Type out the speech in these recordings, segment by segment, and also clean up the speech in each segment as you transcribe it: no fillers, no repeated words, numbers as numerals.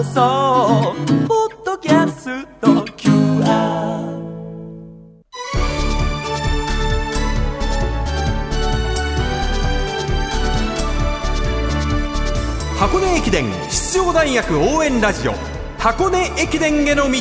送ポッドキャスト QR。箱根駅伝出場大学応援ラジオ、箱根駅伝への道。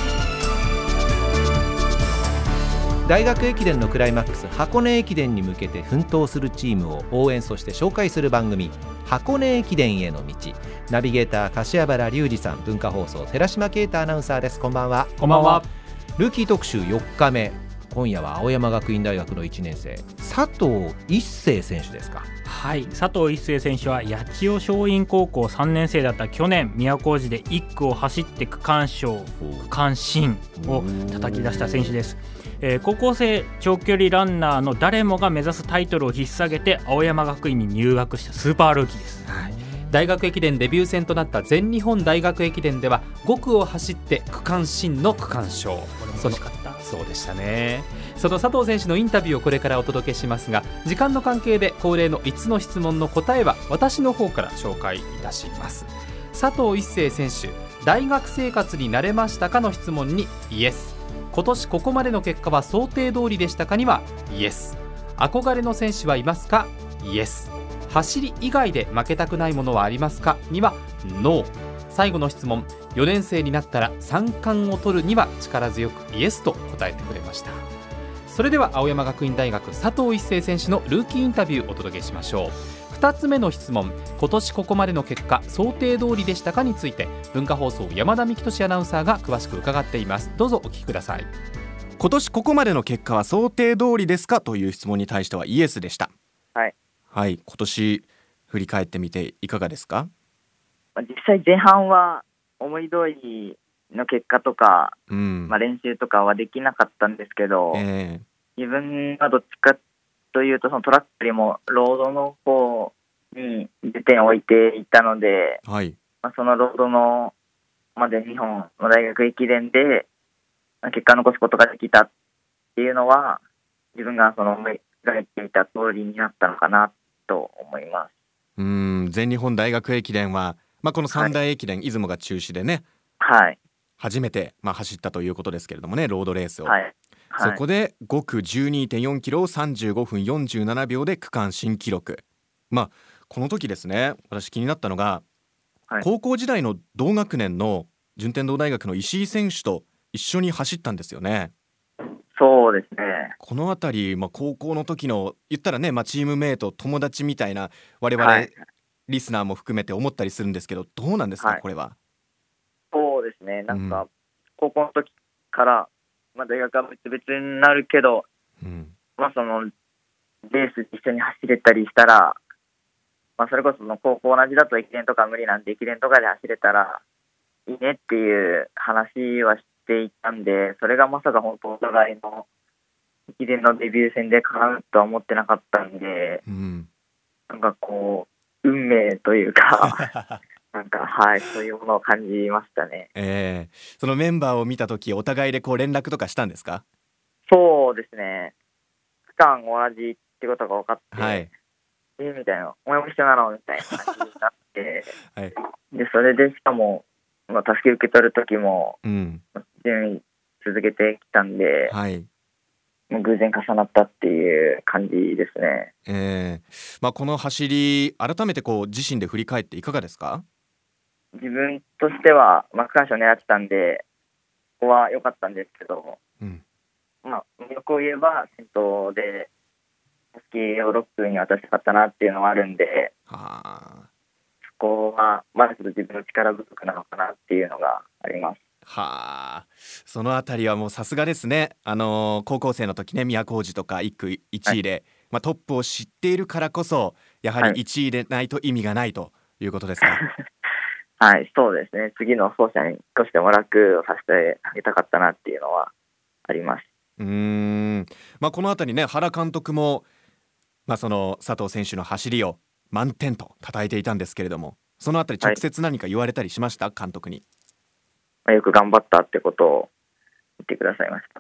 大学駅伝のクライマックス、箱根駅伝に向けて奮闘するチームを応援、そして紹介する番組、箱根駅伝への道。ナビゲーター柏原隆二さん、文化放送寺島啓太アナウンサーです。こんばんは。 こんばんは。 ルーキー特集4日目、今夜は青山学院大学の1年生佐藤一世選手ですか。 はい、佐藤一世選手は八千代松陰高校3年生だった去年、都大路で1区を走って区間賞、区間新を叩き出した選手です。高校生長距離ランナーの誰もが目指すタイトルを引っ提げて青山学院に入学したスーパールーキーです。 はい、大学駅伝デビュー戦となった全日本大学駅伝では5区を走って区間新の区間賞。 これも欲しかった。 そうでしたね。その佐藤選手のインタビューをこれからお届けしますが、時間の関係で恒例の5つの質問の答えは私の方から紹介いたします。佐藤一世選手、大学生活に慣れましたかの質問にイエス、今年ここまでの結果は想定通りでしたかにはイエス、憧れの選手はいますかイエス、走り以外で負けたくないものはありますかにはノー。最後の質問、4年生になったら3冠を取るには力強くイエスと答えてくれました。それでは青山学院大学佐藤一世選手のルーキーインタビューをお届けしましょう。2つ目の質問、今年ここまでの結果想定通りでしたかについて、文化放送山田美希俊アナウンサーが詳しく伺っています。どうぞお聞きください。 今年ここまでの結果は想定通りですかという質問に対してはイエスでした。 はい、 はい、今年振り返ってみていかがですか。 実際前半は思い通りの結果とか、練習とかはできなかったんですけど、自分はどっちかというとそのトラックよりもロードの方に重点を置いていたので、そのロードの全日本の大学駅伝で結果を残すことができたっていうのは、自分がその思い描いていた通りになったのかなと思います。 全日本大学駅伝は、この三大駅伝、出雲が中止でね、初めて走ったということですけれどもね、ロードレースを、そこで5区 12.4 キロを35分47秒で区間新記録。この時ですね、私気になったのが、高校時代の同学年の順天堂大学の石井選手と一緒に走ったんですよね。 そうですね。 このあたり、高校の時の言ったらね、チームメイト友達みたいな我々、リスナーも含めて思ったりするんですけど、どうなんですか、これは。 そうですね、なんか、高校の時から、大学は別々になるけど、そのレース一緒に走れたりしたら、それこそその高校同じだと駅伝とか無理なんで、駅伝とかで走れたらいいねっていう話はしていたんで、それがまさか本当お互いの駅伝のデビュー戦で叶うとは思ってなかったんで、なんかこう運命というかなんかそういうものを感じましたね。 そのメンバーを見たとき、お互いで連絡とかしたんですか。 そうですね、区間同じってことが分かって、みたいな、お前も一緒なのみたいな感じになってでそれでしかも、助け受け取るときも、順位続けてきたんで、もう偶然重なったっていう感じですね。 この走り、改めて自身で振り返っていかがですか。 自分としては、区間賞狙ってたんで、ここは良かったんですけど、よく言えば先頭でたすきを6区に渡したかったなっていうのはあるんで、そこはまだちょっと自分の力不足なのかなっていうのがあります。 そのあたりはもうさすがですね。高校生の時ね、都大路とか1区1位で、トップを知っているからこそ、やはり1位でないと意味がないということですか。 そうですね。次の走者に少しでも楽をさせてあげたかったなっていうのはあります。 このあたりね、原監督も、その佐藤選手の走りを満点と称えていたんですけれども、そのあたり直接何か言われたりしました、監督に。 よく頑張ったってことを言ってくださいました。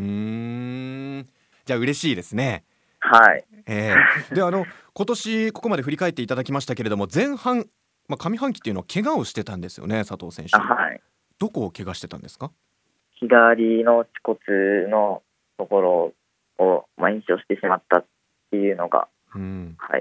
じゃあ嬉しいですね。 で今年ここまで振り返っていただきましたけれども、前半上半期っていうのは怪我をしてたんですよね、佐藤選手。 はい。 どこを怪我してたんですか？ 左の恥骨のところを、炎症してしまったっていうのが、はい、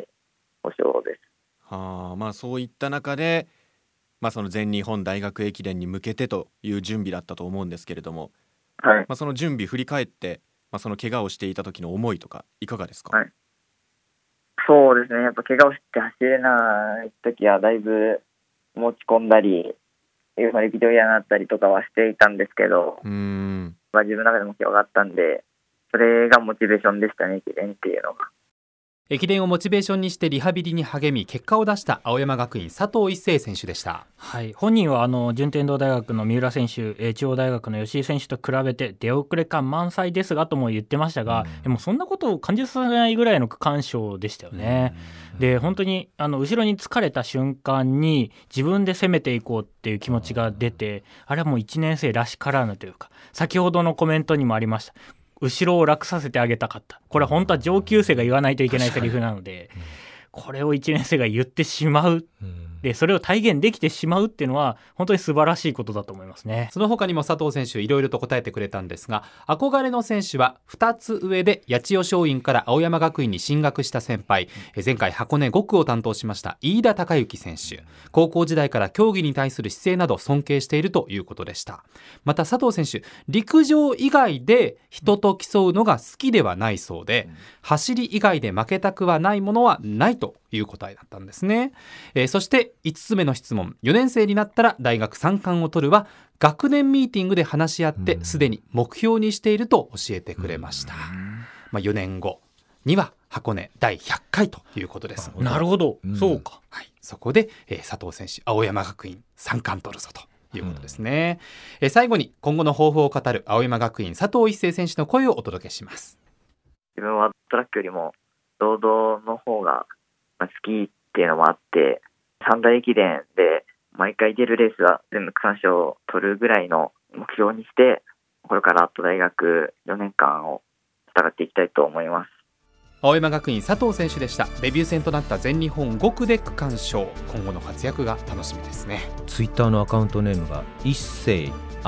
故障です。 そういった中で、その全日本大学駅伝に向けてという準備だったと思うんですけれども、はい、その準備振り返って、その怪我をしていた時の思いとかいかがですか？ はい、そうですね、やっぱ怪我をして走れない時はだいぶ持ち込んだり力道嫌になったりとかはしていたんですけど、自分の中で目標があったんで、それがモチベーションでしたね、駅伝っていうのが。 駅伝をモチベーションにしてリハビリに励み結果を出した青山学院佐藤一世選手でした。 はい、本人は順天堂大学の三浦選手、中央大学の吉井選手と比べて出遅れ感満載ですがとも言ってましたが、でもそんなことを感じさせないぐらいの区間賞でしたよね。で本当に後ろに疲れた瞬間に自分で攻めていこうっていう気持ちが出て、あれはもう1年生らしからぬというか、先ほどのコメントにもありました、後ろを楽させてあげたかった。これは本当は上級生が言わないといけないセリフなので、これを1年生が言ってしまう、でそれを体現できてしまうっていうのは本当に素晴らしいことだと思いますね。 その他にも佐藤選手いろいろと答えてくれたんですが、憧れの選手は2つ上で八千代松陰から青山学院に進学した先輩、前回箱根5区を担当しました飯田貴之選手、高校時代から競技に対する姿勢など尊敬しているということでした。また佐藤選手、陸上以外で人と競うのが好きではないそうで、走り以外で負けたくはないものはないという答えだったんですね。そして5つ目の質問、4年生になったら大学3冠を取るは学年ミーティングで話し合ってすでに目標にしていると教えてくれました。4年後には箱根第100回ということです。 なるほど、そうか、 はい、そこで、佐藤選手青山学院3冠取るぞということですね。最後に今後の抱負を語る青山学院佐藤一世選手の声をお届けします。 自分はトラックよりもロードの方が好きっていうのもあって、三大駅伝で毎回出るレースは全部区間賞を取るぐらいの目標にして、これから大学4年間を戦っていきたいと思います。 青山学院佐藤選手でした。デビュー戦となった全日本5区で区間賞、今後の活躍が楽しみですね。 ツイッターのアカウントネームが一世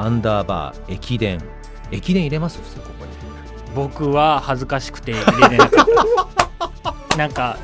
_駅伝。駅伝入れます？普通ここに。 僕は恥ずかしくて入れれなかったなんか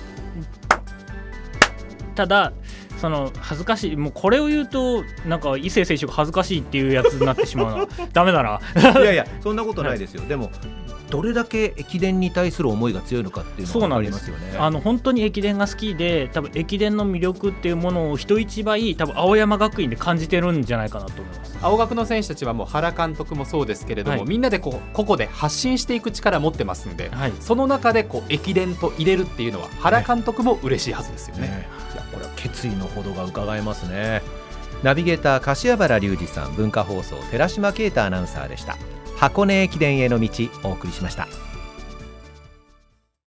ただその恥ずかしい、もうこれを言うとなんか伊勢選手が恥ずかしいっていうやつになってしまうのダメだな。 いやいや、そんなことないですよ。でもどれだけ駅伝に対する思いが強いのかっていうのが分かりますよね。 本当に駅伝が好きで、多分駅伝の魅力っていうものを人一倍多分青山学院で感じてるんじゃないかなと思います。 青学の選手たちはもう原監督もそうですけれども、みんなで個々で発信していく力を持ってますので、その中で駅伝と入れるっていうのは原監督も嬉しいはずですよね。 いや、これは決意のほどが伺えますね。ナビゲーター柏原隆二さん、文化放送寺島啓太アナウンサーでした。箱根駅伝への道お送りしました。